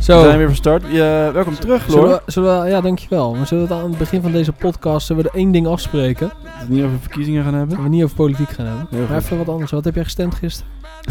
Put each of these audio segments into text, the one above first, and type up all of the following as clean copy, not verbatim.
Zo. We zijn weer van start. Welkom terug, Floor. Ja, dankjewel. We zullen het aan het begin van deze podcast er één ding afspreken. Dat we het niet over verkiezingen gaan hebben. Dat we niet over politiek gaan hebben. Heel maar even wat anders. Wat heb jij gestemd gisteren?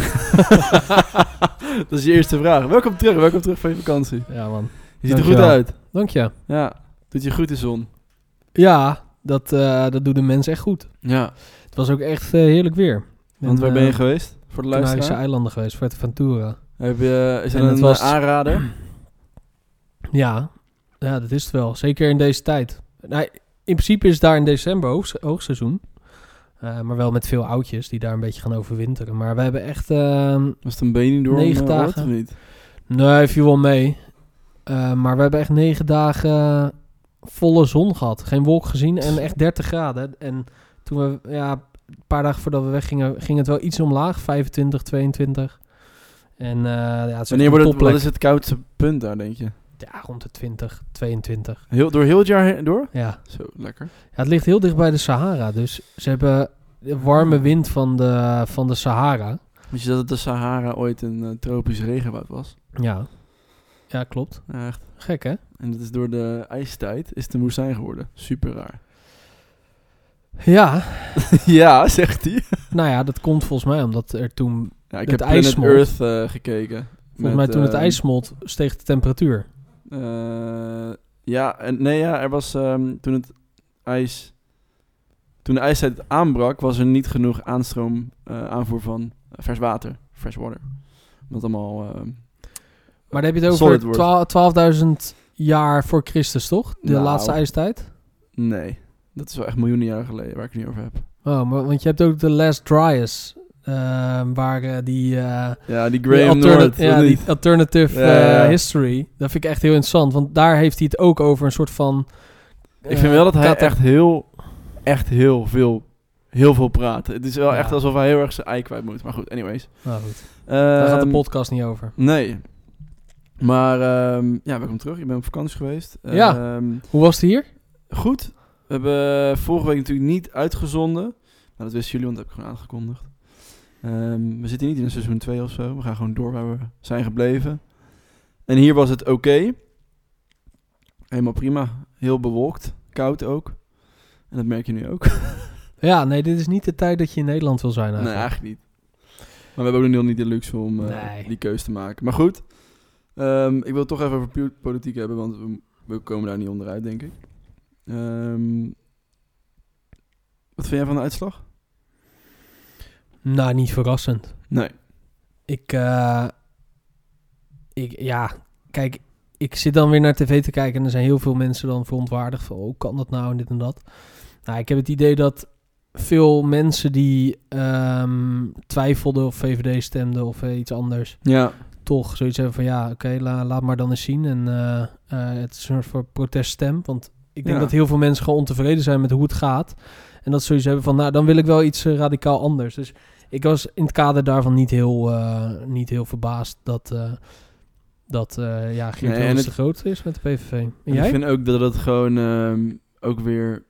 Dat is je eerste vraag. Welkom terug van je vakantie. Ja, man. Je ziet er goed uit. Dank je. Ja, doet je goed in zon. Ja, dat doet de mens echt goed. Ja. Het was ook echt heerlijk weer. Want waar ben je geweest? Voor de luisteraar? Canarische eilanden geweest, Fuerteventura. Is dat een aanrader? Ja, dat is het wel. Zeker in deze tijd. Nou, in principe is het daar in december hoogseizoen. Maar wel met veel oudjes die daar een beetje gaan overwinteren. Maar we hebben echt... Was het een Benidorm 9 dagen of niet? Nee, viel wel mee. Maar we hebben echt 9 dagen volle zon gehad. Geen wolk gezien en echt 30 graden. En toen we... een paar dagen voordat we weggingen, ging het wel iets omlaag. 25, 22. En het is wat is het koudste punt daar, denk je? Ja, rond de 20, 22. Door heel het jaar door? Ja. Zo, lekker. Ja, het ligt heel dicht bij de Sahara. Dus ze hebben de warme wind van de Sahara. Wist je dat de Sahara ooit een tropisch regenwoud was? Ja, klopt. Ja, echt. Gek, hè? En dat is door de ijstijd is het een woestijn geworden. Super raar. Ja. Ja, zegt hij. Nou ja, dat komt volgens mij omdat er toen ik het heb ijs Planet smolt. Earth gekeken. Volgens mij toen het ijs smolt, steeg de temperatuur. Er was toen de ijstijd aanbrak, was er niet genoeg aanvoer van vers water, fresh water. Dat allemaal. Maar dan heb je het over 12.000 jaar voor Christus, toch? De laatste ijstijd? Nee, dat is wel echt miljoenen jaren geleden waar ik het niet over heb. Oh, maar want je hebt ook de Last Dryas. Waar die Graham North. Die alternative history. Dat vind ik echt heel interessant. Want daar heeft hij het ook over een soort van... ik vind wel dat hij echt heel veel praat. Het is wel echt alsof hij heel erg zijn ei kwijt moet. Maar goed, anyways. Nou goed. Daar gaat de podcast niet over. Nee. Maar welkom terug. Ik ben op vakantie geweest. Hoe was het hier? Goed. We hebben vorige week natuurlijk niet uitgezonden. Maar dat wisten jullie, want dat heb ik gewoon aangekondigd. We zitten niet in een seizoen 2 of zo. We gaan gewoon door waar we zijn gebleven. En hier was het oké. Helemaal prima. Heel bewolkt. Koud ook. En dat merk je nu ook. Ja, nee, dit is niet de tijd dat je in Nederland wil zijn eigenlijk. Nee, eigenlijk niet. Maar we hebben ook nog niet de luxe om die keuze te maken. Maar goed. Ik wil het toch even over politiek hebben, want we komen daar niet onderuit, denk ik. Wat vind jij van de uitslag? Nou, niet verrassend. Nee. Kijk, ik zit dan weer naar tv te kijken en er zijn heel veel mensen dan verontwaardigd van, hoe kan dat nou en dit en dat. Nou, ik heb het idee dat veel mensen die twijfelden of VVD stemden of iets anders, toch zoiets hebben van, oké, laat maar dan eens zien. En het is een soort van proteststem, want ik denk dat heel veel mensen gewoon ontevreden zijn met hoe het gaat. En dat ze zoiets hebben van, dan wil ik wel iets radicaal anders. Dus ik was in het kader daarvan niet heel verbaasd dat Geert Wilders de grootste is met de PVV. En jij? Ik vind ook dat het gewoon ook weer,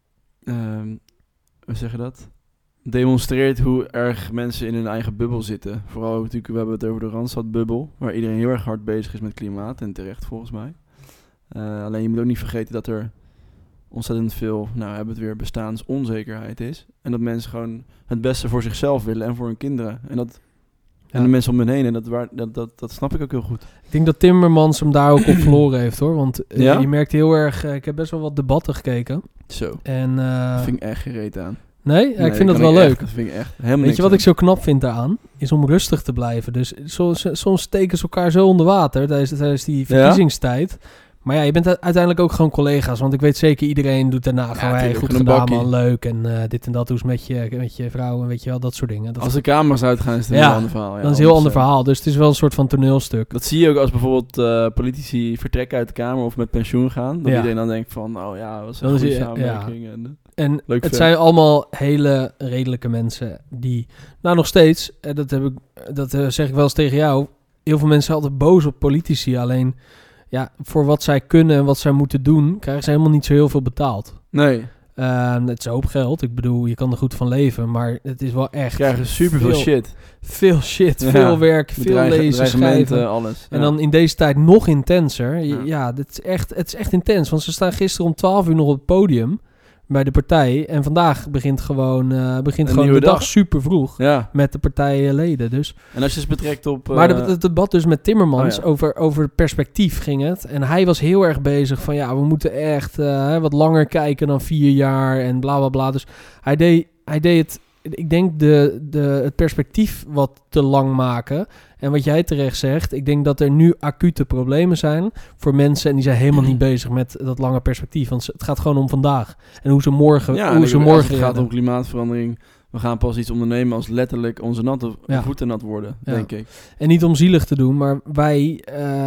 hoe zeg je dat? Demonstreert hoe erg mensen in hun eigen bubbel zitten. Vooral natuurlijk, we hebben het over de Randstadbubbel, waar iedereen heel erg hard bezig is met klimaat. En terecht volgens mij. Alleen je moet ook niet vergeten dat er ontzettend veel, hebben het weer, bestaansonzekerheid is. En dat mensen gewoon het beste voor zichzelf willen en voor hun kinderen. En de mensen om hen heen. En dat snap ik ook heel goed. Ik denk dat Timmermans hem daar ook op verloren heeft, hoor. Want je merkt heel erg... ik heb best wel wat debatten gekeken. Zo. En, dat vind ik echt gereed aan. Nee? Ik vind dat wel leuk. Dat vind ik echt helemaal Weet je wat ik zo knap vind daaraan? Is om rustig te blijven. Dus soms steken ze elkaar zo onder water tijdens die verkiezingstijd. Maar je bent uiteindelijk ook gewoon collega's. Want ik weet zeker, iedereen doet daarna van... goed gedaan, man, leuk. En dit en dat, hoe is het met je vrouw en weet je wel, dat soort dingen. Als de camera's uitgaan, is het een heel ander verhaal. Dan is het een heel ander verhaal. Dus het is wel een soort van toneelstuk. Dat zie je ook als bijvoorbeeld politici vertrekken uit de Kamer of met pensioen gaan. Dat iedereen dan denkt van, wat is een goede samenwerking. En het zijn allemaal hele redelijke mensen die... Nou, nog steeds, dat zeg ik wel eens tegen jou... Heel veel mensen zijn altijd boos op politici, alleen... Ja, voor wat zij kunnen en wat zij moeten doen, krijgen ze helemaal niet zo heel veel betaald. Nee. Het is een hoop geld. Ik bedoel, je kan er goed van leven. Maar het is wel echt... Krijgen superveel shit. Veel shit, veel werk, veel lezen, schrijven. Alles. En dan in deze tijd nog intenser. Het is echt intens. Want ze staan gisteren om 12 uur nog op het podium bij de partij. En vandaag begint gewoon de dag super vroeg met de partijleden. Dus. En als je het betrekt op... Maar het debat dus met Timmermans over perspectief ging het. En hij was heel erg bezig van we moeten echt wat langer kijken dan 4 jaar en bla bla bla. Dus hij deed het... Ik denk het perspectief wat te lang maken. En wat jij terecht zegt, ik denk dat er nu acute problemen zijn voor mensen en die zijn helemaal niet bezig met dat lange perspectief. Want het gaat gewoon om vandaag. En hoe ze morgen het gaat om klimaatverandering. We gaan pas iets ondernemen als letterlijk onze voeten nat worden, denk ik. En niet om zielig te doen, maar wij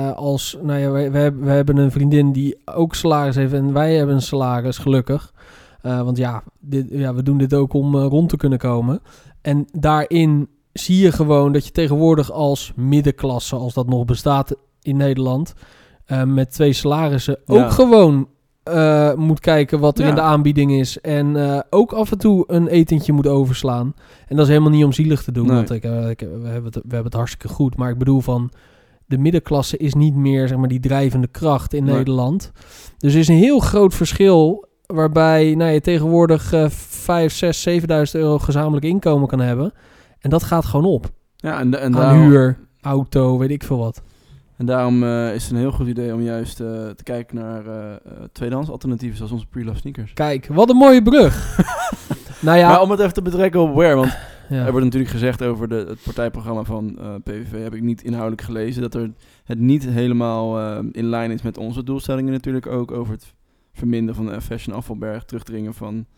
we hebben een vriendin die ook salaris heeft en wij hebben een salaris, gelukkig. Want we doen dit ook om rond te kunnen komen. En daarin zie je gewoon dat je tegenwoordig als middenklasse, als dat nog bestaat in Nederland, met 2 salarissen ook gewoon moet kijken wat er in de aanbieding is. En ook af en toe een etentje moet overslaan. En dat is helemaal niet om zielig te doen, want we hebben het hartstikke goed. Maar ik bedoel van... De middenklasse is niet meer, zeg maar, die drijvende kracht in Nederland. Dus er is een heel groot verschil... waarbij je tegenwoordig 5, 6, 7.000 euro gezamenlijk inkomen kan hebben. En dat gaat gewoon op. Ja, en aan daarom, huur, auto, weet ik veel wat. En daarom is het een heel goed idee om juist te kijken naar tweedehands alternatieven... zoals onze Pre-Love sneakers. Kijk, wat een mooie brug. Maar om het even te betrekken op Wear... want er wordt natuurlijk gezegd over het partijprogramma van PVV... heb ik niet inhoudelijk gelezen... dat het niet helemaal in lijn is met onze doelstellingen natuurlijk ook... over het verminderen van de fashion afvalberg, terugdringen van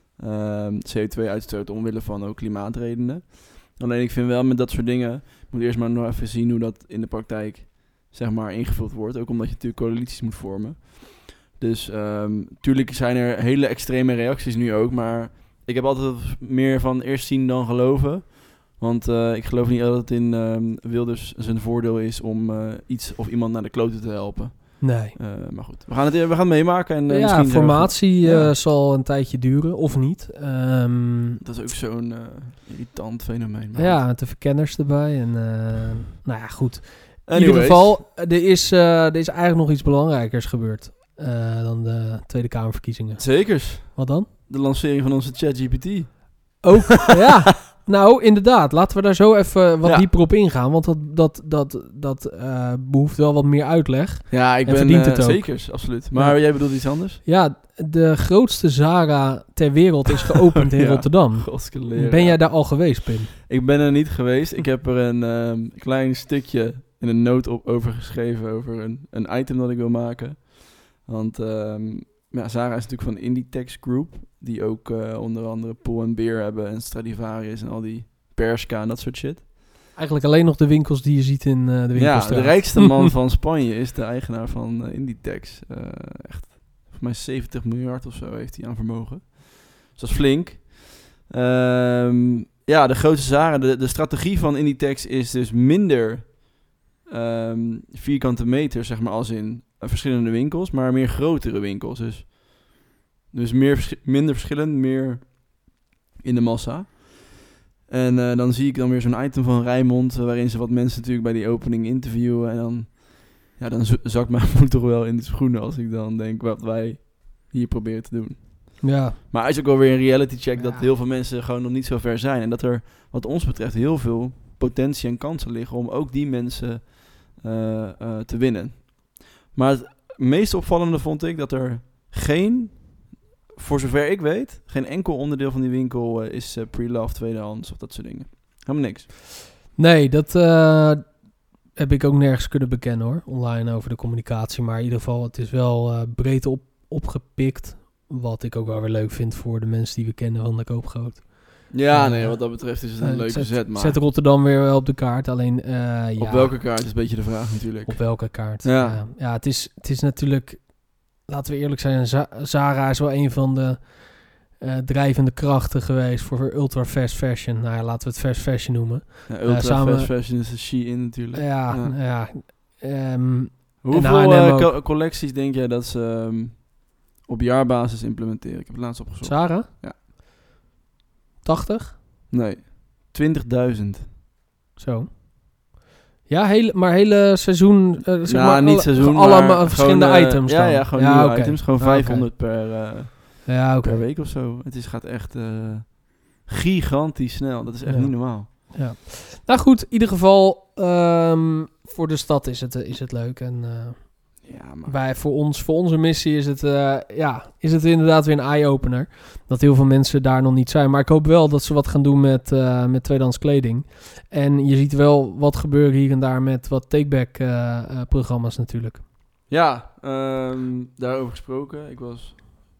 CO2-uitstoot omwille van ook klimaatredenen. Alleen ik vind wel met dat soort dingen, ik moet eerst maar nog even zien hoe dat in de praktijk zeg maar ingevuld wordt. Ook omdat je natuurlijk coalities moet vormen. Dus natuurlijk zijn er hele extreme reacties nu ook, maar ik heb altijd meer van eerst zien dan geloven. Want ik geloof niet dat het in Wilders zijn voordeel is om iets of iemand naar de kloten te helpen. Nee. Maar goed, we gaan het meemaken. En formatie zal een tijdje duren, of niet. Dat is ook zo'n irritant fenomeen. Ja, de verkenners erbij. En goed. In ieder geval, er is eigenlijk nog iets belangrijkers gebeurd dan de Tweede Kamerverkiezingen. Zekers. Wat dan? De lancering van onze ChatGPT. Ook, ja. Nou, inderdaad. Laten we daar zo even wat dieper op ingaan. Want dat behoeft wel wat meer uitleg. Ja, ik ben het ook. Zekers, absoluut. Maar jij bedoelt iets anders? Ja, de grootste Zara ter wereld is geopend in Rotterdam. Ben jij daar al geweest, Pim? Ik ben er niet geweest. Ik heb er een klein stukje in een noot over geschreven... over een item dat ik wil maken. Want Zara is natuurlijk van Inditex Group... die ook onder andere Pull & Bear hebben... en Stradivarius en al die Bershka en dat soort shit. Eigenlijk alleen nog de winkels die je ziet in de winkelstraat. Ja, de rijkste man van Spanje is de eigenaar van Inditex. Echt, volgens mij 70 miljard of zo heeft hij aan vermogen. Dus dat is flink. De grootste Zara, de strategie van Inditex is dus minder vierkante meter, zeg maar, als in verschillende winkels, maar meer grotere winkels. Dus minder verschillend, meer in de massa. En dan zie ik dan weer zo'n item van Rijnmond, waarin ze wat mensen natuurlijk bij die opening interviewen. En dan zakt mijn moed toch wel in de schoenen als ik dan denk wat wij hier proberen te doen. Ja. Maar het is ook wel weer een reality check dat heel veel mensen gewoon nog niet zo ver zijn. En dat er wat ons betreft heel veel potentie en kansen liggen om ook die mensen te winnen. Maar het meest opvallende vond ik dat er voor zover ik weet, geen enkel onderdeel van die winkel is pre-love, tweedehands of dat soort dingen. Helemaal niks. Nee, dat heb ik ook nergens kunnen bekennen hoor, online over de communicatie. Maar in ieder geval, het is wel breed opgepikt. Wat ik ook wel weer leuk vind voor de mensen die we kennen van de Koopgoot. Ja, nee, wat dat betreft is het een leuke zet. Maar zet Rotterdam weer wel op de kaart. Alleen, op welke kaart is een beetje de vraag natuurlijk. Op welke kaart? Ja, het is natuurlijk... Laten we eerlijk zijn, Zara is wel een van de drijvende krachten geweest voor ultra fast fashion. Nou ja, laten we het fast fashion noemen. Ja, ultra fast fashion is de Shein natuurlijk. Ja. Hoeveel collecties denk jij dat ze op jaarbasis implementeren. Ik heb het laatst opgezocht. Sarah? Ja. 80? Nee, 20.000. Zo. Ja, hele seizoen, zeg maar, niet seizoen, allemaal maar verschillende gewoon, items dan. Ja, gewoon nieuwe oké. items. Gewoon 500 per Oké. week of zo. Het gaat echt gigantisch snel. Dat is echt Ja. niet normaal. Ja. Nou goed, in ieder geval voor de stad is het leuk. En Ja, maar... voor onze missie is het inderdaad weer een eye-opener. Dat heel veel mensen daar nog niet zijn. Maar ik hoop wel dat ze wat gaan doen met tweedehands kleding. En je ziet wel wat gebeuren hier en daar met wat takeback programma's natuurlijk. Ja, daarover gesproken. Ik was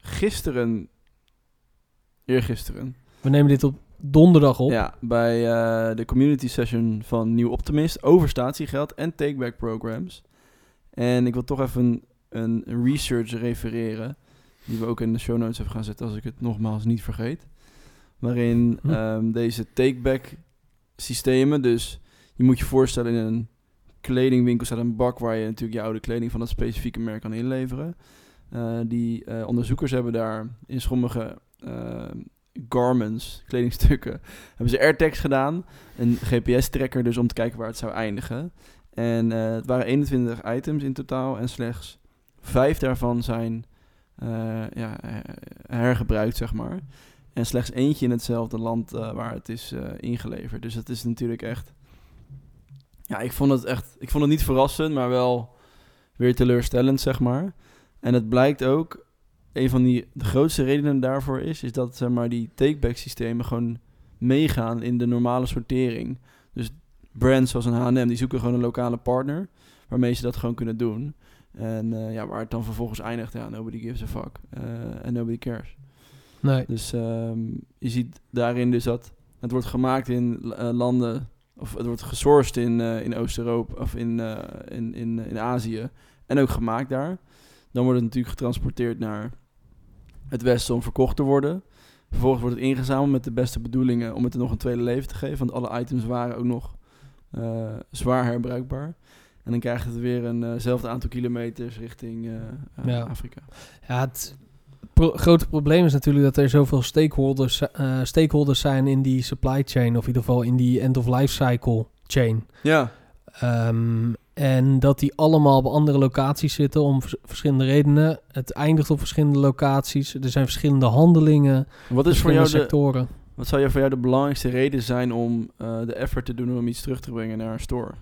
eergisteren... We nemen dit op donderdag op. Ja, bij de community session van Nieuw Optimist over statiegeld en takeback programs. En ik wil toch even een research refereren, die we ook in de show notes hebben gaan zetten, als ik het nogmaals niet vergeet. Waarin deze takeback systemen, dus je moet je voorstellen in een kledingwinkel staat een bak waar je natuurlijk je oude kleding van dat specifieke merk kan inleveren. Die onderzoekers hebben daar in sommige garments, kledingstukken, hebben ze AirTags gedaan. Een GPS-tracker dus om te kijken waar het zou eindigen. En het waren 21 items in totaal en slechts 5 daarvan zijn hergebruikt, zeg maar. En slechts eentje in hetzelfde land waar het is ingeleverd. Dus dat is natuurlijk echt... Ja, ik vond het niet verrassend, maar wel weer teleurstellend, zeg maar. En het blijkt ook, een van de grootste redenen daarvoor is dat, zeg maar, die take-back systemen gewoon meegaan in de normale sortering. Dus brands zoals een H&M, die zoeken gewoon een lokale partner waarmee ze dat gewoon kunnen doen. En waar het dan vervolgens eindigt, nobody gives a fuck. En nobody cares. Nee. Dus je ziet daarin dus dat het wordt gemaakt in landen, of het wordt gesourced in Oost-Europa of in Azië en ook gemaakt daar. Dan wordt het natuurlijk getransporteerd naar het Westen om verkocht te worden. Vervolgens wordt het ingezameld met de beste bedoelingen om het er nog een tweede leven te geven. Want alle items waren ook nog zwaar herbruikbaar. En dan krijg je het weer eenzelfde aantal kilometers richting Afrika. Ja, het grote probleem is natuurlijk dat er zoveel stakeholders zijn in die supply chain. Of in ieder geval in die end-of-life cycle chain. Ja. En dat die allemaal op andere locaties zitten om verschillende redenen. Het eindigt op verschillende locaties. Er zijn verschillende handelingen. Wat is voor jou sectoren. Wat zou voor jou de belangrijkste reden zijn om de effort te doen om iets terug te brengen naar een store?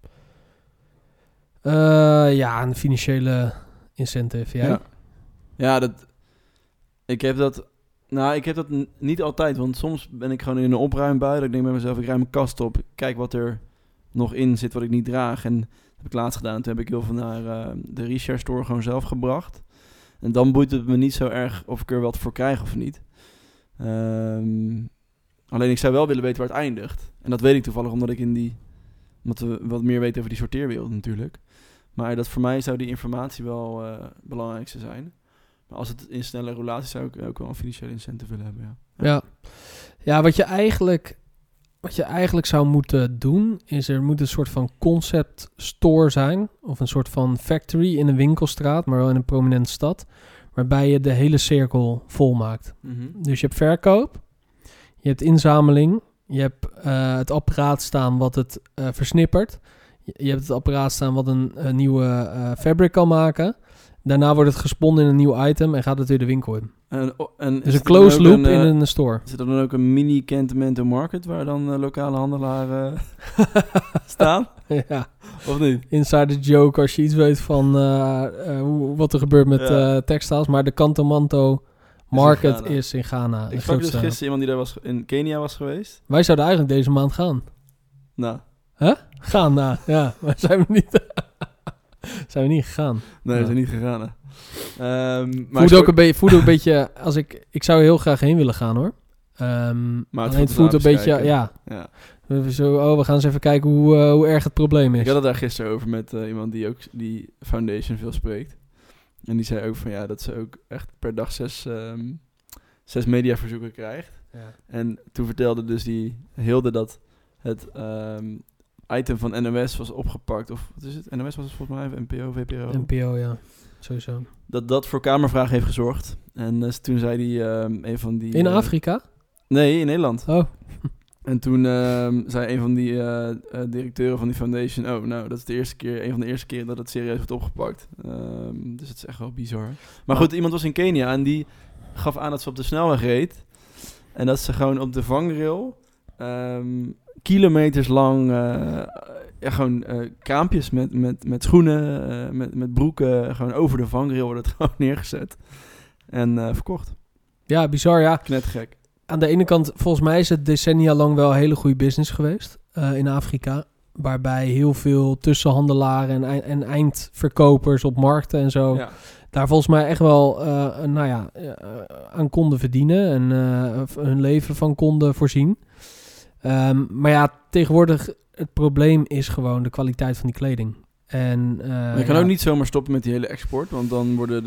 Een financiële incentive. Jij? Ja, ik heb dat niet altijd. Want soms ben ik gewoon in een opruimbui. Dat ik denk bij mezelf, ik ruim mijn kast op. Ik kijk wat er nog in zit wat ik niet draag. En dat heb ik laatst gedaan. Toen heb ik heel veel naar de Richard Store gewoon zelf gebracht. En dan boeit het me niet zo erg of ik er wat voor krijg of niet. Alleen ik zou wel willen weten waar het eindigt. En dat weet ik toevallig omdat we wat meer weten over die sorteerwereld natuurlijk. Maar dat voor mij zou die informatie wel het belangrijkste zijn. Maar als het in snelle relatie zou ik ook wel een financiële incentive willen hebben. Ja, wat je eigenlijk zou moeten doen, is er moet een soort van concept store zijn. Of een soort van factory in een winkelstraat, maar wel in een prominente stad. Waarbij je de hele cirkel vol maakt. Mm-hmm. Dus je hebt verkoop, je hebt inzameling, je hebt het apparaat staan wat het versnippert. Je hebt het apparaat staan wat een nieuwe fabric kan maken. Daarna wordt het gesponnen in een nieuw item en gaat het weer de winkel in. Dus een closed loop in een store. Is er dan ook een mini Cantamento Market waar dan lokale handelaren staan? Ja. Of niet? Insider joke als je iets weet van wat er gebeurt met textiles. Maar de Cantamento Market is in Ghana. Ik sprak dus gisteren iemand die daar in Kenia was geweest. Wij zouden eigenlijk deze maand gaan. Nou. Huh? Ghana, ja. Maar zijn we niet... Zijn we niet gegaan? Nee, we zijn niet gegaan. Voelde ook een beetje... Ik zou heel graag heen willen gaan, hoor. Maar het voelt een beetje... Ja. We gaan eens even kijken hoe erg het probleem is. Ik had het daar gisteren over met iemand die ook die foundation veel spreekt. En die zei ook van dat ze ook echt per dag 6 mediaverzoeken krijgt. Ja. En toen vertelde dus die Hilde dat het item van NOS was opgepakt. Of wat is het? NOS was het volgens mij, NPO, VPRO. NPO, ja. Sowieso. Dat voor kamervraag heeft gezorgd. En toen zei hij een van die... In Afrika? Nee, in Nederland. Oh. En toen zei een van die directeuren van die foundation... Oh, nou, dat is een van de eerste keren dat het serieus wordt opgepakt. Dus het is echt wel bizar. Maar goed, iemand was in Kenia en die gaf aan dat ze op de snelweg reed. En dat ze gewoon op de vangrail... kilometers lang... gewoon kraampjes met schoenen, met broeken... gewoon over de vangrail wordt het gewoon neergezet. En verkocht. Ja, bizar, ja. Knettergek. Aan de ene kant, volgens mij is het decennia lang wel een hele goede business geweest in Afrika. Waarbij heel veel tussenhandelaren en eindverkopers op markten en zo... Ja. daar volgens mij echt wel aan konden verdienen. En hun leven van konden voorzien. Maar ja, tegenwoordig het probleem is gewoon de kwaliteit van die kleding. En, maar je kan ook niet zomaar stoppen met die hele export. Want dan worden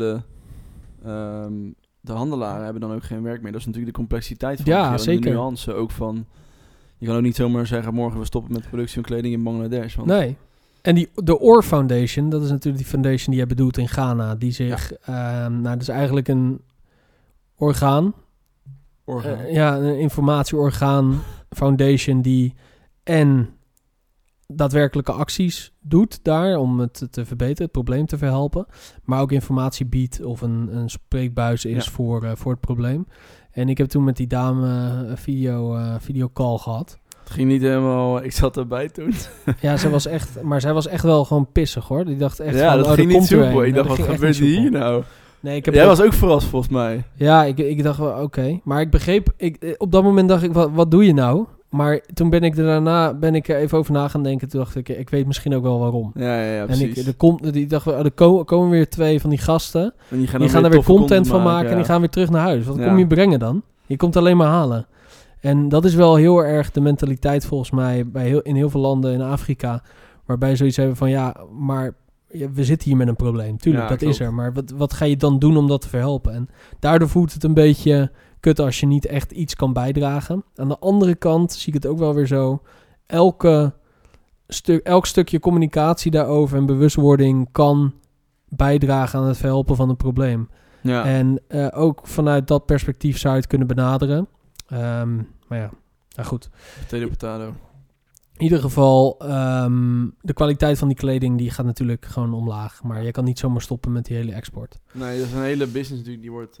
de handelaren hebben dan ook geen werk meer. Dat is natuurlijk de complexiteit van ja, zeker. de nuance ook van... Je kan ook niet zomaar zeggen... morgen we stoppen met de productie van kleding in Bangladesh. Want nee. En de Oor Foundation... dat is natuurlijk die foundation die jij bedoelt in Ghana... die zich... dat is eigenlijk een orgaan. Een informatieorgaan foundation... die en daadwerkelijke acties doet daar... om het te verbeteren, het probleem te verhelpen. Maar ook informatie biedt... of een spreekbuis is voor het probleem. En ik heb toen met die dame een videocall gehad. Het ging niet helemaal... Ik zat erbij toen. Ja, zij was echt wel gewoon pissig, hoor. Die dacht echt ja, van... dat ging niet soepel. Ik dacht, dat wat gebeurt hier nou? Nee, Jij was ook verrast, volgens mij. Ja, ik dacht wel, oké. Maar ik begreep... op dat moment dacht ik, wat doe je nou? Maar toen ben ik er even over na gaan denken. Toen dacht ik weet misschien ook wel waarom. Ja, precies. En ik dacht, er komen weer 2 van die gasten. En die gaan er weer content van maken en die gaan weer terug naar huis. Wat kom je brengen dan? Je komt alleen maar halen. En dat is wel heel erg de mentaliteit volgens mij in heel veel landen in Afrika. Waarbij zoiets hebben van maar we zitten hier met een probleem. Tuurlijk, dat is er. Maar wat ga je dan doen om dat te verhelpen? En daardoor voelt het een beetje kut als je niet echt iets kan bijdragen. Aan de andere kant zie ik het ook wel weer zo. Elk stukje communicatie daarover en bewustwording kan bijdragen aan het verhelpen van een probleem. Ja. En ook vanuit dat perspectief zou je het kunnen benaderen. Maar ja, nou goed. Potato. In ieder geval, de kwaliteit van die kleding die gaat natuurlijk gewoon omlaag. Maar je kan niet zomaar stoppen met die hele export. Nee, dat is een hele business natuurlijk. Die wordt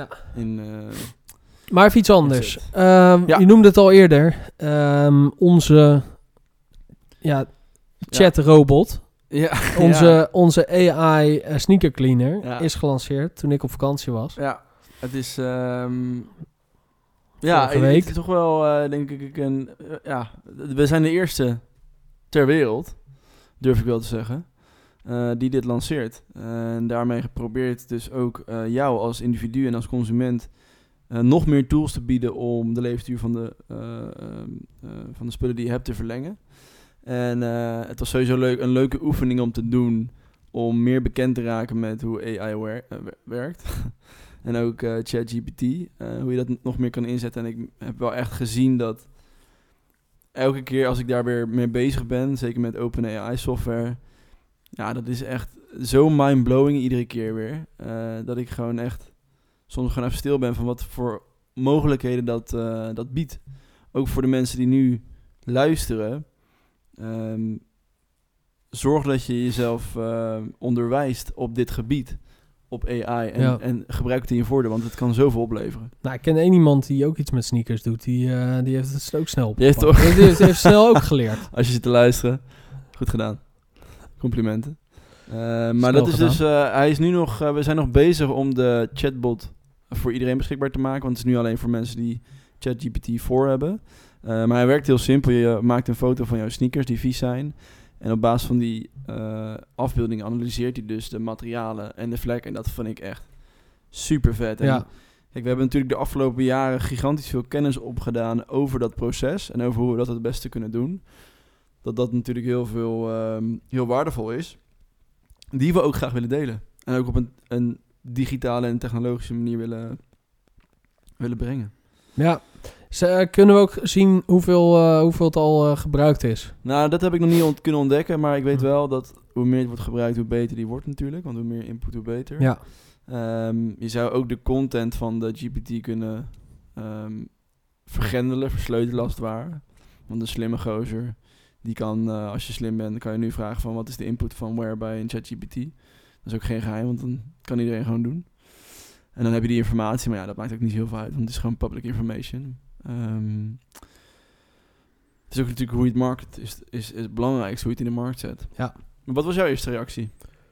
maar even iets anders. Je noemde het al eerder. Onze chatrobot. Ja. Onze AI sneaker cleaner is gelanceerd toen ik op vakantie was. Ja, het is... het is toch wel, denk ik, we zijn de eerste ter wereld, durf ik wel te zeggen, die dit lanceert. En daarmee geprobeerd dus ook jou als individu en als consument nog meer tools te bieden om de levensduur van de spullen die je hebt te verlengen. En het was sowieso een leuke oefening om te doen, om meer bekend te raken met hoe AI werkt. En ook ChatGPT, hoe je dat nog meer kan inzetten. En ik heb wel echt gezien dat elke keer als ik daar weer mee bezig ben, zeker met OpenAI software, ja, dat is echt zo mindblowing iedere keer weer. Dat ik gewoon echt soms gewoon even stil ben van wat voor mogelijkheden dat biedt. Ook voor de mensen die nu luisteren. Zorg dat je jezelf onderwijst op dit gebied. Op AI en gebruik het in je voordeel, want het kan zoveel opleveren. Nou, ik ken één iemand die ook iets met sneakers doet. Die heeft het ook snel opgepakt. Die heeft snel ook geleerd. Als je zit te luisteren, goed gedaan. Complimenten. Maar dat is gedaan. Dus, hij is nu nog, we zijn nog bezig om de chatbot voor iedereen beschikbaar te maken, want het is nu alleen voor mensen die ChatGPT 4 hebben. Maar hij werkt heel simpel. Je maakt een foto van jouw sneakers die vies zijn. En op basis van die afbeelding analyseert hij dus de materialen en de vlekken. En dat vind ik echt super vet. En kijk, we hebben natuurlijk de afgelopen jaren gigantisch veel kennis opgedaan over dat proces. En over hoe we dat het beste kunnen doen. Dat natuurlijk heel waardevol is. Die we ook graag willen delen. En ook op een digitale en technologische manier willen brengen. Ja. Kunnen we ook zien hoeveel het al gebruikt is? Nou, dat heb ik nog niet kunnen ontdekken, maar ik weet wel dat hoe meer het wordt gebruikt, hoe beter die wordt natuurlijk. Want hoe meer input, hoe beter. Ja. Je zou ook de content van de GPT kunnen vergrendelen, versleutelen als het ware. Want een slimme gozer, die kan, als je slim bent, dan kan je nu vragen van wat is de input van where bij een ChatGPT. Dat is ook geen geheim, want dan kan iedereen gewoon doen. En dan heb je die informatie, maar ja, dat maakt ook niet heel veel uit, want het is gewoon public information. Het is ook natuurlijk hoe je het market is het belangrijkste, hoe je het in de markt zet. Ja. Maar wat was jouw eerste reactie?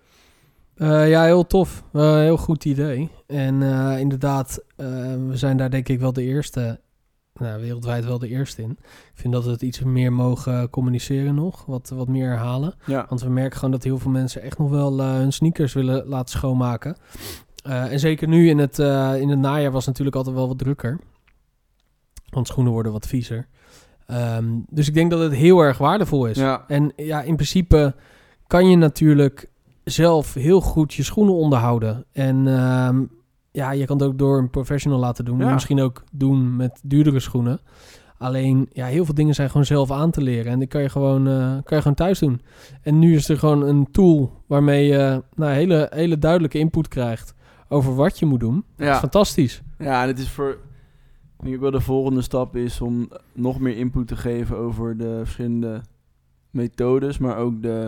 Ja, heel tof. Heel goed idee. En inderdaad, we zijn daar denk ik wel de eerste, wereldwijd wel de eerste in. Ik vind dat we het iets meer mogen communiceren nog, wat meer herhalen. Ja. Want we merken gewoon dat heel veel mensen echt nog wel hun sneakers willen laten schoonmaken. En zeker nu in het najaar was het natuurlijk altijd wel wat drukker. Want schoenen worden wat viezer. Dus ik denk dat het heel erg waardevol is. Ja. En ja, in principe kan je natuurlijk zelf heel goed je schoenen onderhouden. En je kan het ook door een professional laten doen. Ja. Misschien ook doen met duurdere schoenen. Alleen, ja, heel veel dingen zijn gewoon zelf aan te leren. En die kan je gewoon thuis doen. En nu is er gewoon een tool waarmee je hele duidelijke input krijgt over wat je moet doen. Dat is fantastisch. Ja, en het is voor... Ik denk ook wel de volgende stap is om nog meer input te geven over de verschillende methodes, maar ook de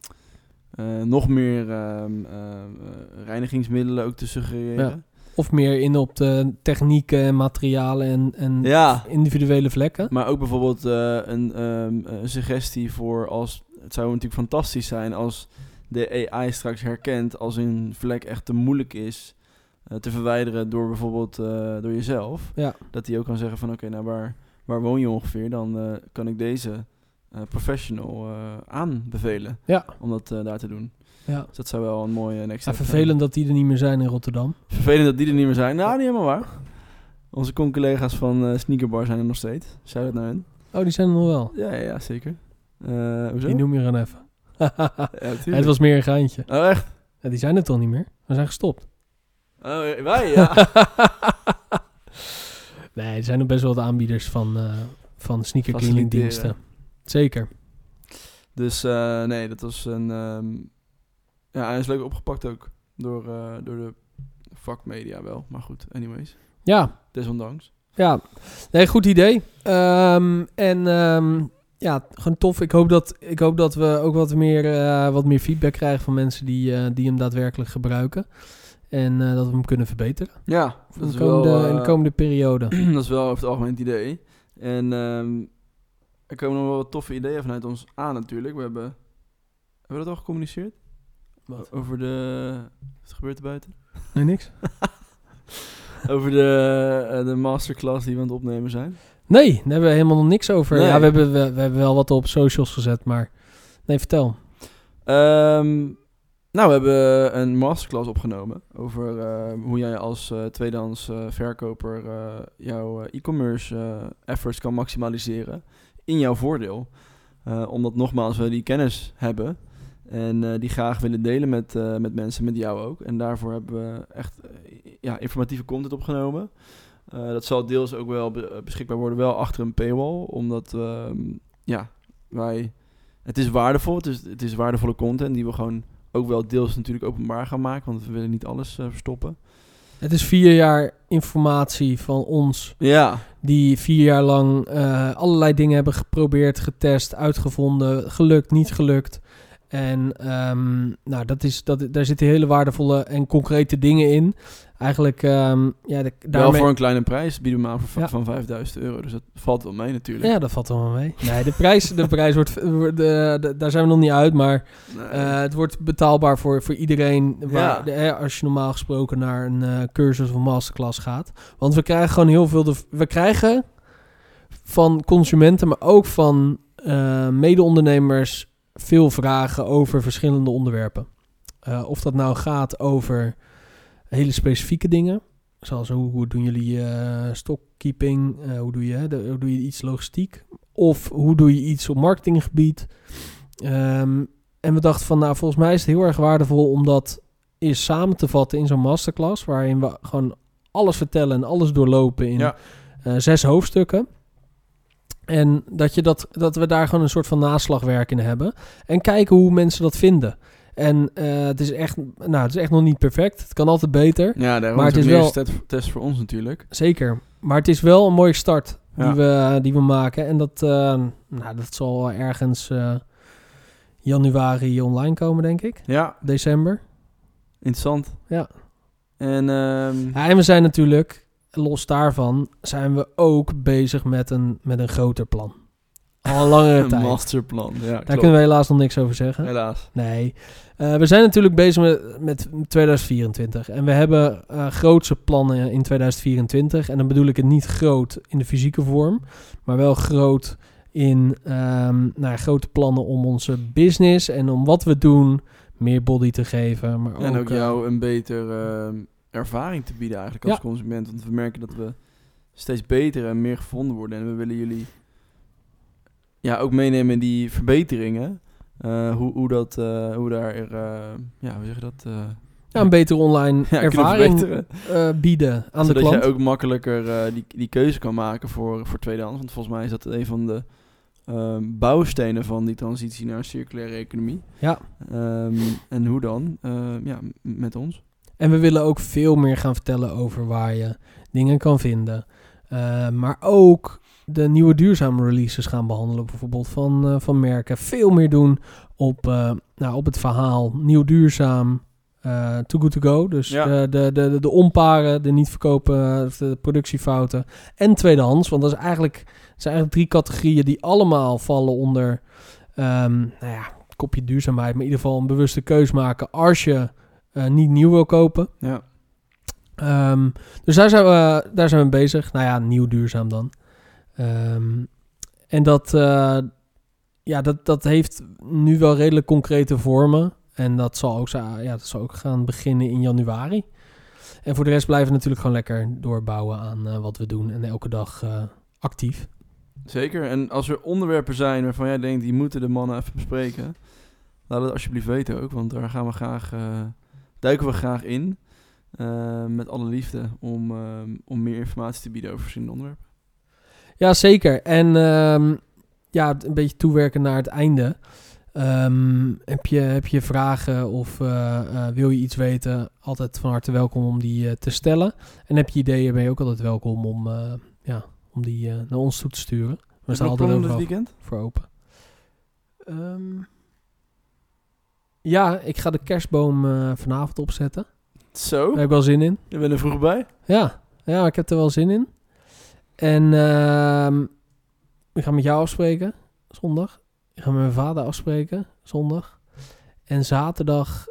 nog meer reinigingsmiddelen ook te suggereren. Ja. Of meer in op de technieken, materialen en individuele vlekken. Maar ook bijvoorbeeld een suggestie voor als... Het zou natuurlijk fantastisch zijn als de AI straks herkent als een vlek echt te moeilijk is te verwijderen door bijvoorbeeld door jezelf. Ja. Dat hij ook kan zeggen van oké, nou waar woon je ongeveer? Dan kan ik deze professional aanbevelen om dat daar te doen. Ja. Dus dat zou wel een mooie next step zijn. Vervelend dat die er niet meer zijn in Rotterdam. Vervelend dat die er niet meer zijn. Nou, niet helemaal waar. Onze collega's van Sneakerbar zijn er nog steeds. Shout-out naar hen. Oh, die zijn er nog wel? Ja, zeker. Hoezo? Die noem je dan even. Het was meer een geintje. Oh, echt? Ja, die zijn er toch niet meer? We zijn gestopt. Oh, wij, ja. Nee, er zijn nog best wel wat aanbieders van sneaker cleaning diensten. Zeker. Dus nee, dat was een... hij is leuk opgepakt ook door de vakmedia wel. Maar goed, anyways. Ja. Desondanks. Ja, nee, goed idee. Gewoon tof. Ik hoop dat we ook wat meer feedback krijgen van mensen die hem daadwerkelijk gebruiken. En dat we hem kunnen verbeteren. Ja. In de komende periode. Dat is wel over het algemeen het idee. En er komen nog wel wat toffe ideeën vanuit ons aan natuurlijk. Hebben we dat al gecommuniceerd? Wat? Over wat gebeurt er buiten? Nee, niks. Over de masterclass die we aan het opnemen zijn? Nee, daar hebben we helemaal nog niks over. Nee. Ja, we hebben wel wat op socials gezet, maar... Nee, vertel. We hebben een masterclass opgenomen over hoe jij als tweedehands verkoper jouw e-commerce efforts kan maximaliseren in jouw voordeel. Omdat nogmaals we die kennis hebben en die graag willen delen met mensen, met jou ook. En daarvoor hebben we echt informatieve content opgenomen. Dat zal deels ook wel beschikbaar worden, wel achter een paywall, omdat het is waardevol. Het is waardevolle content die we gewoon ook wel deels natuurlijk openbaar gaan maken, want we willen niet alles verstoppen. Het is 4 jaar informatie van ons. Ja. Die 4 jaar lang allerlei dingen hebben geprobeerd, getest, uitgevonden, gelukt, niet gelukt. En daar zitten hele waardevolle en concrete dingen in. Eigenlijk, wel voor een kleine prijs bieden we hem aan van €5.000. Dus dat valt wel mee natuurlijk. Ja, dat valt wel mee. Nee, de prijs wordt daar zijn we nog niet uit, maar het wordt betaalbaar voor iedereen. Als je normaal gesproken naar een cursus of masterclass gaat. Want we krijgen gewoon heel veel... We krijgen van consumenten, maar ook van mede-ondernemers veel vragen over verschillende onderwerpen. Of dat nou gaat over hele specifieke dingen, zoals hoe doen jullie stockkeeping, hoe doe je iets logistiek, of hoe doe je iets op marketinggebied. En we dachten van, volgens mij is het heel erg waardevol om dat eens samen te vatten in zo'n masterclass, waarin we gewoon alles vertellen en alles doorlopen in 6 hoofdstukken. En dat we daar gewoon een soort van naslagwerk in hebben. En kijken hoe mensen dat vinden. En het is echt nog niet perfect. Het kan altijd beter. Ja, daarom maar is het het is weer wel een test voor ons natuurlijk. Zeker. Maar het is wel een mooie start Ja. die we maken. En dat zal wel ergens januari online komen, denk ik. Ja, December. interessant. Ja. En En we zijn natuurlijk, los daarvan, zijn we ook bezig met een groter plan. Al een langere een tijd. masterplan. Ja, Daar klopt. kunnen we helaas nog niks over zeggen. Helaas. Nee. We zijn natuurlijk bezig met 2024. En we hebben grootse plannen in 2024. En dan bedoel ik het niet groot in de fysieke vorm. Maar wel groot in grote plannen om onze business en om wat we doen meer body te geven. Maar En ook jou een betere ervaring te bieden eigenlijk als consument. Want we merken dat we steeds beter en meer gevonden worden. En we willen jullie ook meenemen in die verbeteringen. Hoe zeg je dat? Een betere online ervaring bieden aan de klant. Zodat je ook makkelijker die keuze kan maken voor tweedehands. Want volgens mij is dat een van de bouwstenen van die transitie naar een circulaire economie. Ja. En hoe dan? Met ons. En we willen ook veel meer gaan vertellen over waar je dingen kan vinden. Maar ook de nieuwe duurzame releases gaan behandelen. Bijvoorbeeld van merken. Veel meer doen op het verhaal nieuw duurzaam. Too good to go. Dus de onparen, de niet verkopen, de productiefouten. En tweedehands. Want dat zijn eigenlijk 3 categorieën die allemaal vallen onder kopje duurzaamheid. Maar in ieder geval een bewuste keus maken als je niet nieuw wil kopen. Ja. Dus daar zijn we bezig. Nieuw duurzaam dan. En dat heeft nu wel redelijk concrete vormen. En dat zal ook gaan beginnen in januari. En voor de rest blijven we natuurlijk gewoon lekker doorbouwen aan wat we doen. En elke dag actief. Zeker. En als er onderwerpen zijn waarvan jij denkt, die moeten de mannen even bespreken. Laat het alsjeblieft weten ook. Want daar gaan we duiken we graag in. Met alle liefde om meer informatie te bieden over verschillende onderwerpen. Ja, zeker. En een beetje toewerken naar het einde. Heb je vragen of wil je iets weten? Altijd van harte welkom om die te stellen. En heb je ideeën, ben je ook altijd welkom om die naar ons toe te sturen. We staan altijd overal dit weekend voor open. Ik ga de kerstboom vanavond opzetten. Zo? Daar heb ik wel zin in. Je bent er vroeg bij? Ja, ik heb er wel zin in. En ik ga met jou afspreken, zondag. Ik ga met mijn vader afspreken, zondag. En zaterdag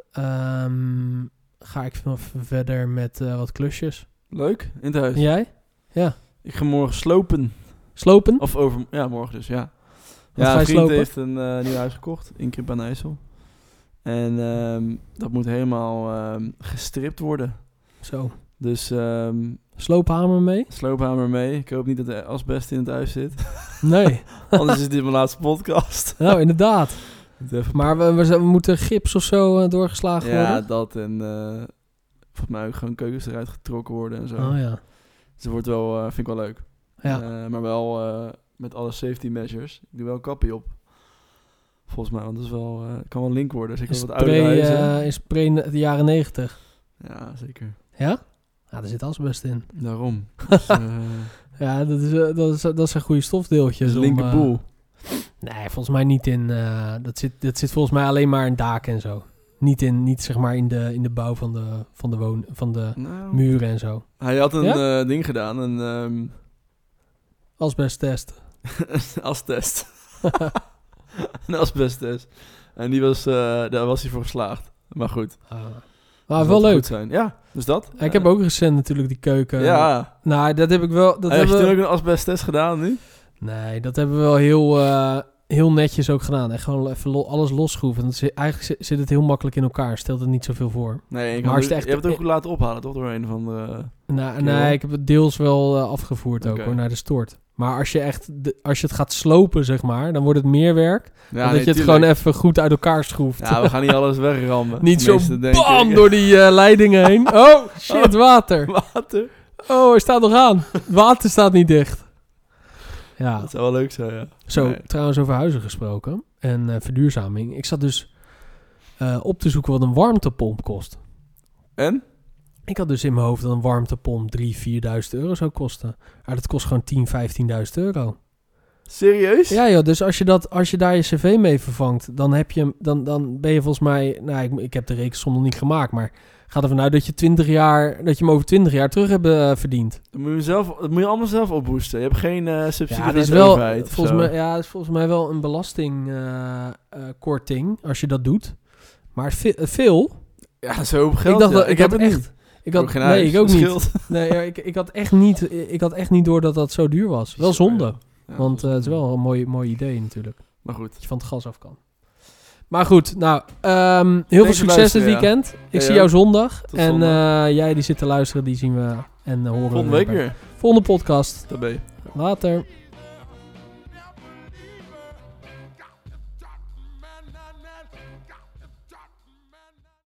ga ik verder met wat klusjes. Leuk, in het huis. En jij? Ja. Ik ga morgen slopen. Slopen? Of morgen dus, ja. Wat ga je een vriend slopen? heeft een nieuw huis gekocht in Krip aan IJssel. En dat moet helemaal gestript worden. Zo. Dus sloophamer mee? Sloophamer mee. Ik hoop niet dat er asbest in het huis zit. Nee. Anders is dit mijn laatste podcast. Nou, inderdaad. Maar we moeten gips of zo doorgeslagen worden? Ja, dat en volgens mij ook gewoon keukens eruit getrokken worden en zo. Oh ja. Dus het wordt wel, vind ik wel leuk. Ja. Maar wel met alle safety measures. Ik doe wel een kapje op. Volgens mij, want dat is wel, kan wel link worden. Dus ik wat oude huizen. Is de jaren 90. Ja, zeker. Ja? Ja, daar zit asbest in. Daarom. Dus, ja, dat zijn goede stofdeeltjes. Linkerboel. Nee, volgens mij niet in... dat zit volgens mij alleen maar in daken en zo. Niet zeg maar in de bouw van de muren en zo. Hij had een ding gedaan. Een asbesttest. Astest. Een asbesttest. En daar was hij voor geslaagd. Maar goed. Maar wel leuk. Zijn. Ja, dus dat. Ik heb ook recent natuurlijk die keuken. Ja. Nou, dat heb ik wel... Heb je toen ook een asbesttest gedaan nu? Nee, dat hebben we wel heel netjes ook gedaan. Echt gewoon even alles losschroeven. Eigenlijk zit het heel makkelijk in elkaar. Stelt het niet zoveel voor. Nee, je hebt het ook laten ophalen, toch? Door een van de... Nee, ik heb het deels wel afgevoerd ook hoor, naar de stort. Maar als je het gaat slopen, zeg maar, dan wordt het meer werk. Ja, dat je het gewoon even goed uit elkaar schroeft. Ja, we gaan niet alles wegrammen. Niet zo bam door die leidingen heen. Oh, shit, water. Water. Oh, hij staat nog aan. Het water staat niet dicht. Ja. Dat zou wel leuk zijn, ja. Zo, Nee. trouwens over huizen gesproken. En verduurzaming. Ik zat dus op te zoeken wat een warmtepomp kost. En? Ik had dus in mijn hoofd dat een warmtepomp 3.000, 4.000 euro zou kosten. Maar dat kost gewoon 10.000, 15.000 euro. Serieus? Ja joh, dus als je daar je cv mee vervangt, dan dan ben je volgens mij... Nou, ik heb de rekensom nog niet gemaakt, maar ga ervan uit dat je hem over 20 jaar terug hebt verdiend. Dat moet je allemaal zelf ophoesten. Je hebt geen subsidie Ja, van dat is de wel overheid of volgens zo. mij, ja, dat is volgens mij wel een belastingkorting als je dat doet. Maar veel. Ja, zo geld. Ik dacht dat ik heb het echt. niet. Ik had geen nee, huis. ik ook Dat niet. scheelt. Nee, ja, ik had echt niet door dat dat zo duur was. Wel zonde, Ja, want dat het is wel een mooi idee natuurlijk. Maar goed. Dat je van het gas af kan. Maar goed, nou, heel veel succes dit weekend. Ik Jij zie ook. jou zondag. Tot En zondag. jij die zit te luisteren, die zien we en horen we Volgende weer week bij weer. volgende podcast. Daarbij. Later.